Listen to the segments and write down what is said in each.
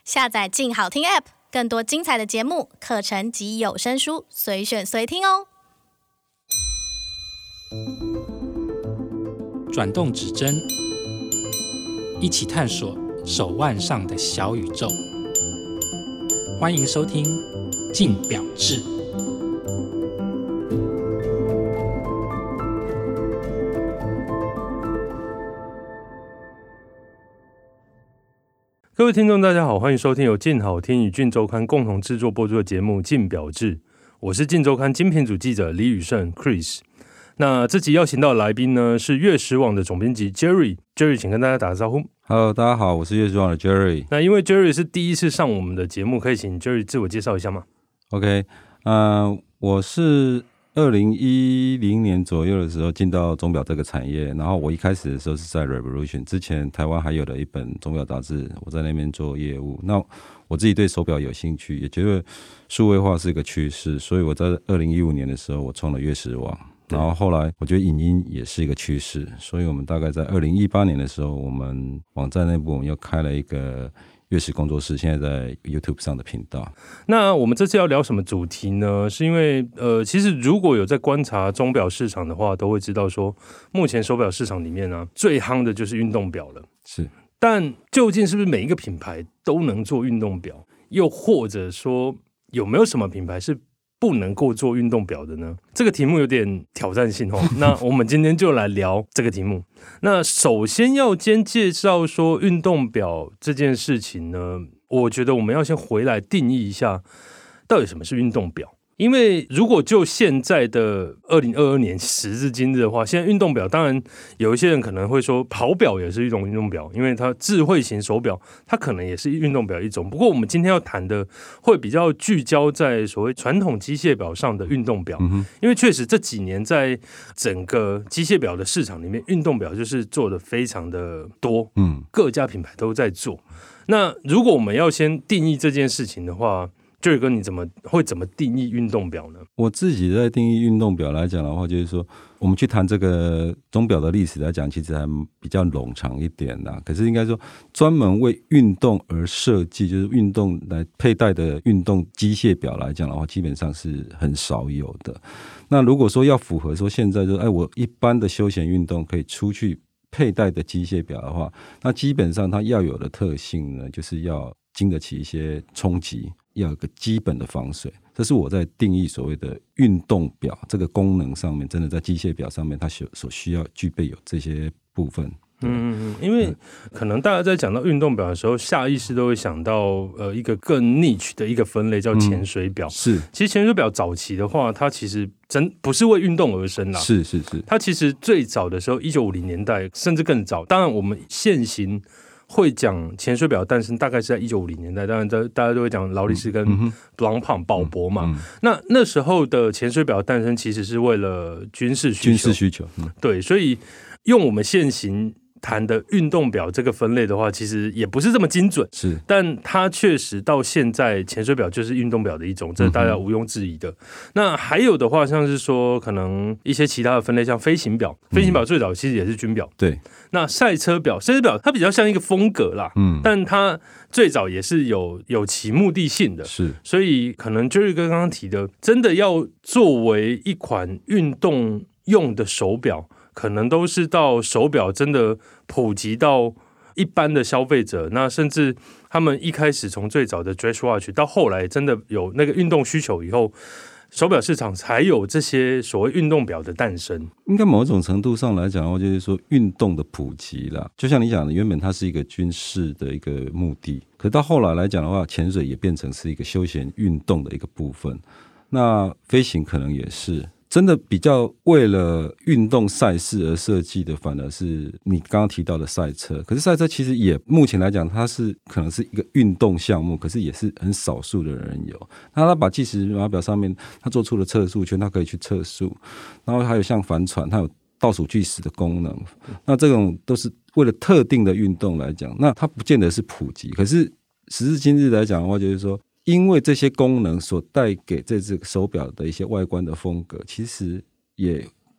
下载静好听 App， 更多精彩的节目、课程及有声书，随选随听哦。 转动指针，一起探索手腕上的小宇宙。欢迎收听《静表志》。 各位听众大家好，欢迎收听由静好听与静周刊共同制作播出的节目《静表志》，我是静周刊精品组记者李宇胜 Chris。 那这集邀请到的来宾呢是月食网的总编辑 Jerry， 请跟大家打个招呼。 Hello， 大家好，我是月食网的 Jerry。 那因为 Jerry 是第一次上我们的节目，可以请 Jerry 自我介绍一下吗？ OK， 我是2010年左右的时候进到钟表这个产业，然后我一开始的时候是在 Revolution， 之前台湾还有的一本钟表杂志，我在那边做业务。那我自己对手表有兴趣，也觉得数位化是一个趋势，所以我在2015年的时候我创了月食网。然后后来我觉得影音也是一个趋势，所以我们大概在2018年的时候，我们网站内部我们又开了一个月食工作室，现在在 YouTube 上的频道。 那我们这次要聊什么主题呢？是因为其实如果有在观察钟表市场的话，都会知道说，目前手表市场里面最夯的就是运动表了。 是， 但究竟是不是每一个品牌都能做运动表？又或者说，有没有什么品牌是不能够做运动表的呢？这个题目有点挑战性哦。那我们今天就来聊这个题目。那首先要先介绍说运动表这件事情呢，我觉得我们要先回来定义一下，到底什么是运动表。因为如果就现在的2022年时至今日的话，现在运动表当然有一些人可能会说跑表也是一种运动表，因为它智慧型手表它可能也是运动表一种。不过我们今天要谈的会比较聚焦在所谓传统机械表上的运动表，因为确实这几年在整个机械表的市场里面，运动表就是做的非常的多，各家品牌都在做。那如果我们要先定义这件事情的话，Jerry 哥，你怎么定义运动表呢？ 我自己在定义运动表来讲的话，就是说我们去谈这个钟表的历史来讲，其实还比较冗长一点啦。可是应该说专门为运动而设计，就是运动来佩戴的运动机械表来讲的话，基本上是很少有的。那如果说要符合说现在说我一般的休闲运动可以出去佩戴的机械表的话，那基本上它要有的特性呢，就是要经得起一些冲击，要有个基本的防水。这是我在定义所谓的运动表这个功能上面，真的在机械表上面它所需要具备有这些部分。 因为可能大家在讲到运动表的时候，下意识都会想到一个更 niche 的一个分类叫潜水表。 是， 其实潜水表早期的话，它其实真不是为运动而生啦。 是， 它其实最早的时候1950年代甚至更早，当然我们现行会讲潜水表诞生大概是在1950年代，当然大家都会讲劳力士跟布朗胖宝珀嘛。那时候的潜水表诞生其实是为了军事需求，对，所以用我们现行谈的运动表这个分类的话，其实也不是这么精准， 是，但它确实到现在潜水表就是运动表的一种，这大家毋庸置疑的。那还有的话，像是说可能一些其他的分类，像飞行表，飞行表最早其实也是军表， 对。 那赛车表它比较像一个风格啦，但它最早也是有其目的性的， 是。所以可能 Jerry 哥刚刚提的，真的要作为一款运动用的手表，可能都是到手表真的普及到一般的消费者，那甚至他们一开始从最早的 dress watch 到后来真的有那个运动需求以后，手表市场才有这些所谓运动表的诞生。 应该某种程度上来讲的话，就是说运动的普及啦。就像你讲的，原本它是一个军事的一个目的，可到后来来讲的话，潜水也变成是一个休闲运动的一个部分。那飞行可能也是。真的比较为了运动赛事而设计的，反而是你刚刚提到的赛车。可是赛车其实也目前来讲，它是可能是一个运动项目，可是也是很少数的人有。他把计时码表上面，他做出了测速圈，他可以去测速。然后还有像帆船，它有倒数计时的功能。那这种都是为了特定的运动来讲，那它不见得是普及。可是时至今日来讲的话，就是说，因为这些功能所带给这只手表的一些外观的风格，其实也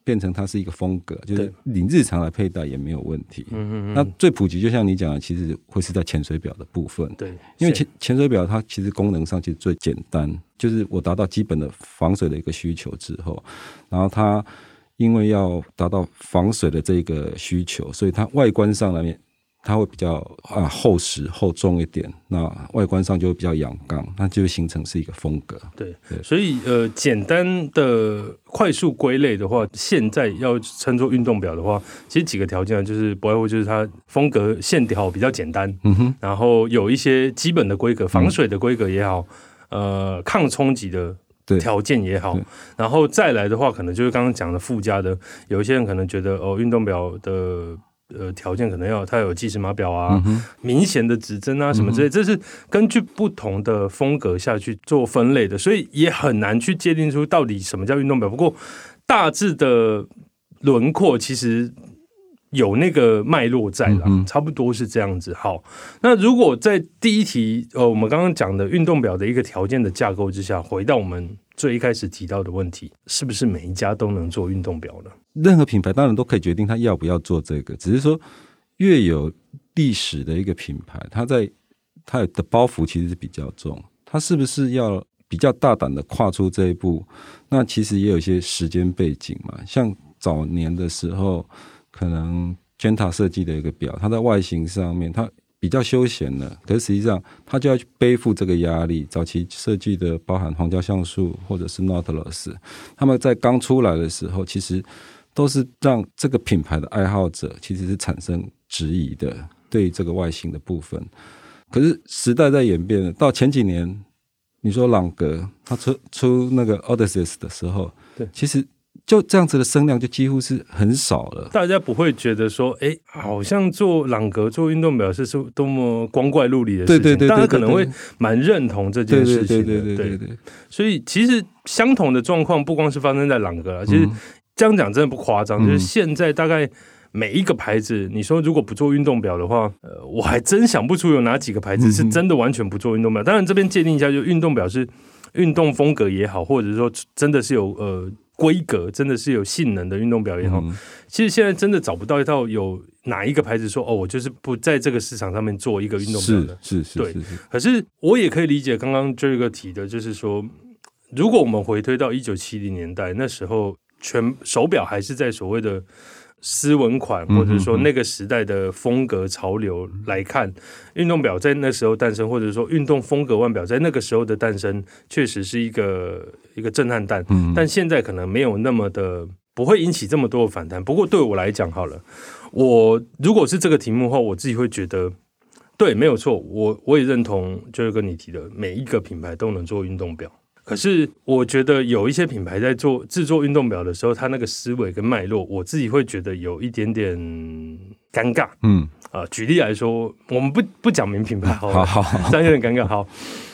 变成它是一个风格，就是你日常来佩戴也没有问题。那最普及就像你讲的，其实会是在潜水表的部分。对，因为潜水表它其实功能上其实最简单，就是我达到基本的防水的一个需求之后，然后它因为要达到防水的这个需求，所以它外观上来面它会比较厚实厚重一点，那外观上就会比较阳刚，那就会形成是一个风格。对， 所以简单的快速归类的话，现在要称作运动表的话，其实几个条件就是不外乎就是它风格线条比较简单，然后有一些基本的规格，防水的规格也好，抗冲击的条件也好，然后再来的话，可能就是刚刚讲的附加的，有一些人可能觉得运动表的条件可能要它有计时码表啊，明显的指针啊什么之类，这是根据不同的风格下去做分类的，所以也很难去界定出到底什么叫运动表。不过大致的轮廓其实有那个脉络在啦，差不多是这样子。好，那如果在第一题我们刚刚讲的运动表的一个条件的架构之下，回到我们最一开始提到的问题，是不是每一家都能做运动表呢？ 任何品牌当然都可以决定他要不要做这个，只是说越有历史的一个品牌，它的包袱其实是比较重，它是不是要比较大胆的跨出这一步？那其实也有一些时间背景嘛，像早年的时候，可能 Genta 设计的一个表，它在外形上面它比较休闲了，可是实际上它就要去背负这个压力。早期设计的包含皇家橡树或者是 Nautilus， 他们在刚出来的时候，其实都是让这个品牌的爱好者其实是产生质疑的，对于这个外形的部分。可是时代在演变了，到前几年，你说朗格他出那个 Odysseus 的时候，其实就这样子的声量就几乎是很少了， 大家不会觉得说，好像做朗格做运动表是多么光怪陆离的事情，对，大家可能会蛮认同这件事情的，对。所以其实相同的状况不光是发生在朗格啦，其实这样讲真的不夸张，就是现在大概每一个牌子，你说如果不做运动表的话，我还真想不出有哪几个牌子是真的完全不做运动表。当然这边界定一下，就运动表是运动风格也好，或者说真的是有规格，真的是有性能的运动表也好，其实现在真的找不到一套有哪一个牌子说我就是不在这个市场上面做一个运动表的，是对。可是我也可以理解刚刚这个提的，就是说，如果我们回推到1970年代，那时候全手表还是在所谓的斯文款，或者说那个时代的风格潮流来看，运动表在那时候诞生，或者说运动风格腕表在那个时候的诞生，确实是一个震撼弹。但现在可能没有那么的，不会引起这么多的反弹。不过对我来讲，好了，我如果是这个题目后，我自己会觉得，对，没有错，我也认同，就是跟你提的，每一个品牌都能做运动表。可是我觉得有一些品牌在制作运动表的时候，它那个思维跟脉络，我自己会觉得有一点点尴尬。举例来说，我们不讲明品牌好了，好，这样有点尴尬。好，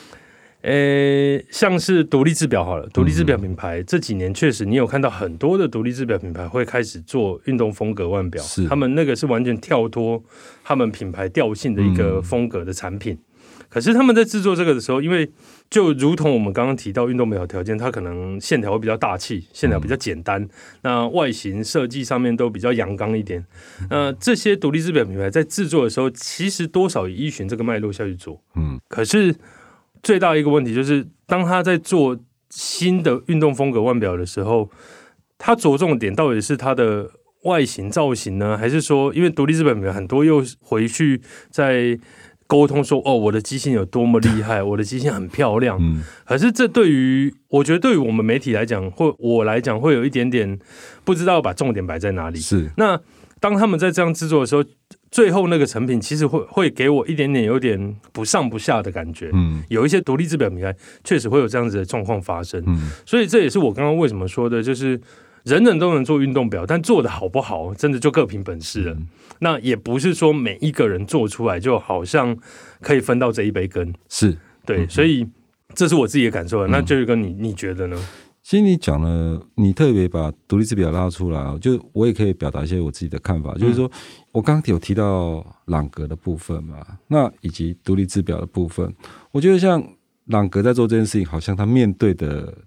像是独立制表好了，独立制表品牌这几年确实你有看到很多的独立制表品牌会开始做运动风格腕表，他们那个是完全跳脱他们品牌调性的一个风格的产品。可是他们在制作这个的时候，因为就如同我们刚刚提到运动表条件，它可能线条会比较大气，线条比较简单，那外形设计上面都比较阳刚一点。这些独立制表品牌在制作的时候，其实多少也依循这个脉络下去做。可是最大一个问题就是，当他在做新的运动风格腕表的时候，他着重的点到底是他的外形造型呢，还是说，因为独立制表品牌很多又回去在沟通说，我的机芯有多么厉害，我的机芯很漂亮。可是这我觉得对于我们媒体来讲，或我来讲，会有一点点不知道把重点摆在哪里。是，那当他们在这样制作的时候，最后那个成品其实会给我一点点有点不上不下的感觉。有一些独立制表品牌确实会有这样子的状况发生。所以这也是我刚刚为什么说的，就是人人都能做运动表，但做的好不好，真的就各凭本事了。那也不是说每一个人做出来就好像可以分到这一杯羹，是对，所以这是我自己的感受。那就是跟你觉得呢？ 其实你讲了，你特别把独立制表拉出来，就我也可以表达一些我自己的看法，就是说我刚刚有提到朗格的部分嘛，那以及独立制表的部分，我觉得像朗格在做这件事情，好像他面对的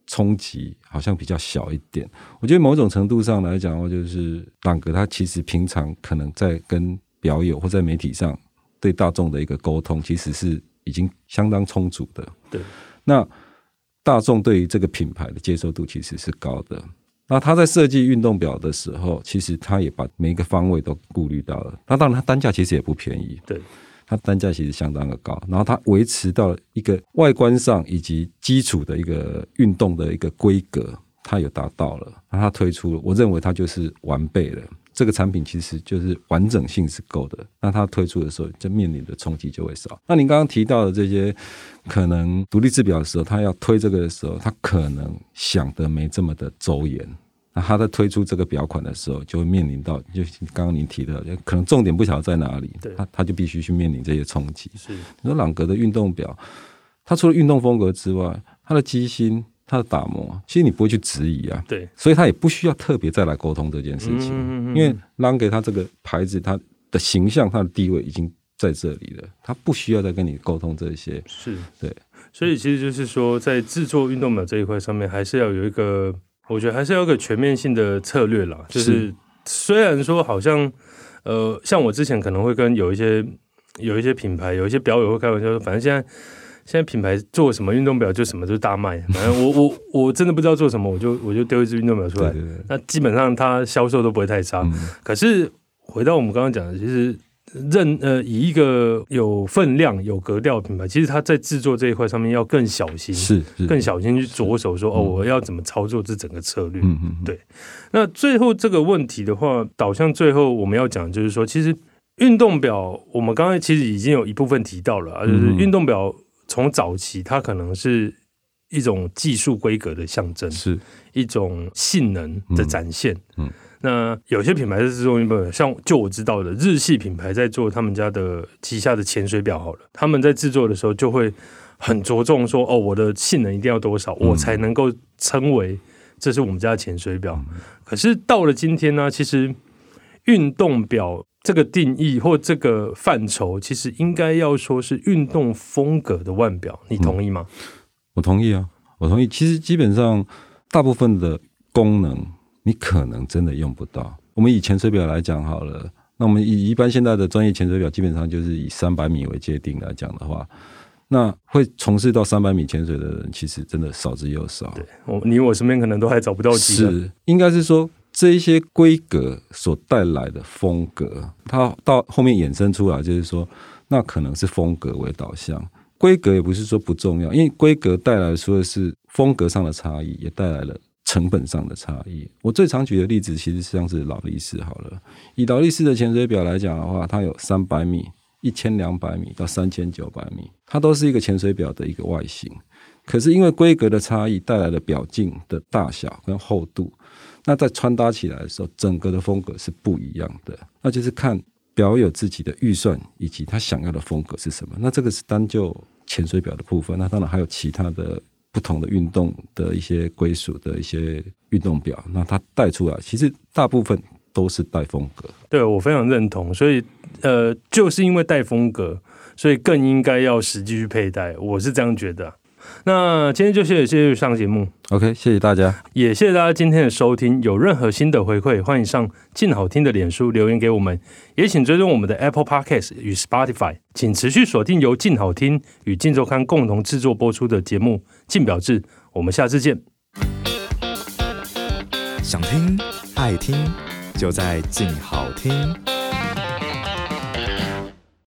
冲击好像比较小一点。我觉得某种程度上来讲的话，就是朗格他其实平常可能在跟表友或在媒体上对大众的一个沟通，其实是已经相当充足的。 对， 那大众对于这个品牌的接受度其实是高的。那他在设计运动表的时候，其实他也把每一个方位都顾虑到了。那当然，他单价其实也不便宜。 对。 它单价其实相当的高，然后它维持到了一个外观上以及基础的一个运动的一个规格，它有达到了。那它推出了，我认为它就是完备了。这个产品其实就是完整性是够的，那它推出的时候，就面临的冲击就会少。那您刚刚提到的这些，可能独立制表的时候，他要推这个的时候，他可能想得没这么的周延。那他在推出这个表款的时候，就会面临到，就刚刚您提的，可能重点不晓得在哪里，他就必须去面临这些冲击。 是， 你说朗格的运动表，它除了运动风格之外，它的机芯、它的打磨，其实你不会去质疑啊。 对， 所以他也不需要特别再来沟通这件事情，因为朗格它这个牌子，它的形象、它的地位已经在这里了，他不需要再跟你沟通这些。 是， 对。 所以其实就是说，在制作运动表这一块上面，还是要有一个。我觉得还是要有个全面性的策略啦，就是虽然说好像像我之前可能会跟有一些品牌有一些表友会开玩笑说，反正现在品牌做什么运动表就什么就是大卖，反正我真的不知道做什么，我就丢一支运动表出来，对，那基本上它销售都不会太差。可是回到我们刚刚讲的，其实以一个有分量、有格调的品牌，其实它在制作这一块上面要更小心，是更小心去着手说我要怎么操作这整个策略。对。那最后这个问题的话，导向最后我们要讲就是说，其实运动表我们刚才其实已经有一部分提到了，就是运动表从早期它可能是一种技术规格的象征，是一种性能的展现。那有些品牌是制作运动表，像就我知道的日系品牌在做他们家的旗下的潜水表好了，他们在制作的时候就会很着重说我的性能一定要多少，我才能够称为这是我们家的潜水表。可是到了今天呢，其实运动表这个定义或这个范畴，其实应该要说是运动风格的腕表，你同意吗？ 我同意啊，我同意。其实基本上大部分的功能你可能真的用不到。我们以潜水表来讲好了，那我们以一般现在的专业潜水表基本上就是以300米为界定来讲的话，那会从事到300米潜水的人其实真的少之又少。 对，你我身边可能都还找不到几个。 是，应该是说这一些规格所带来的风格，它到后面衍生出来就是说，那可能是风格为导向。规格也不是说不重要，因为规格带来说的是风格上的差异，也带来了成本上的差异。我最常举的例子其实像是劳力士好了，以劳力士的潜水表来讲的话，它有300米、1200米到3900米，它都是一个潜水表的一个外形。可是因为规格的差异带来了表径的大小跟厚度，那在穿搭起来的时候，整个的风格是不一样的。那就是看表友自己的预算以及他想要的风格是什么。那这个是单就潜水表的部分，那当然还有其他的不同的运动的一些归属的一些运动表，那它带出来其实大部分都是带风格。对， 我非常认同。所以就是因为带风格，所以更应该要实际去佩戴，我是这样觉得。那今天就谢谢上节目 OK， 谢谢大家， 也谢谢大家今天的收听。有任何新的回馈，欢迎上静好听的脸书留言给我们，也请追踪我们的 Apple Podcast 与 Spotify， 请持续锁定由静好听与静周刊共同制作播出的节目静表志，我们下次见。 想听爱听就在静好听。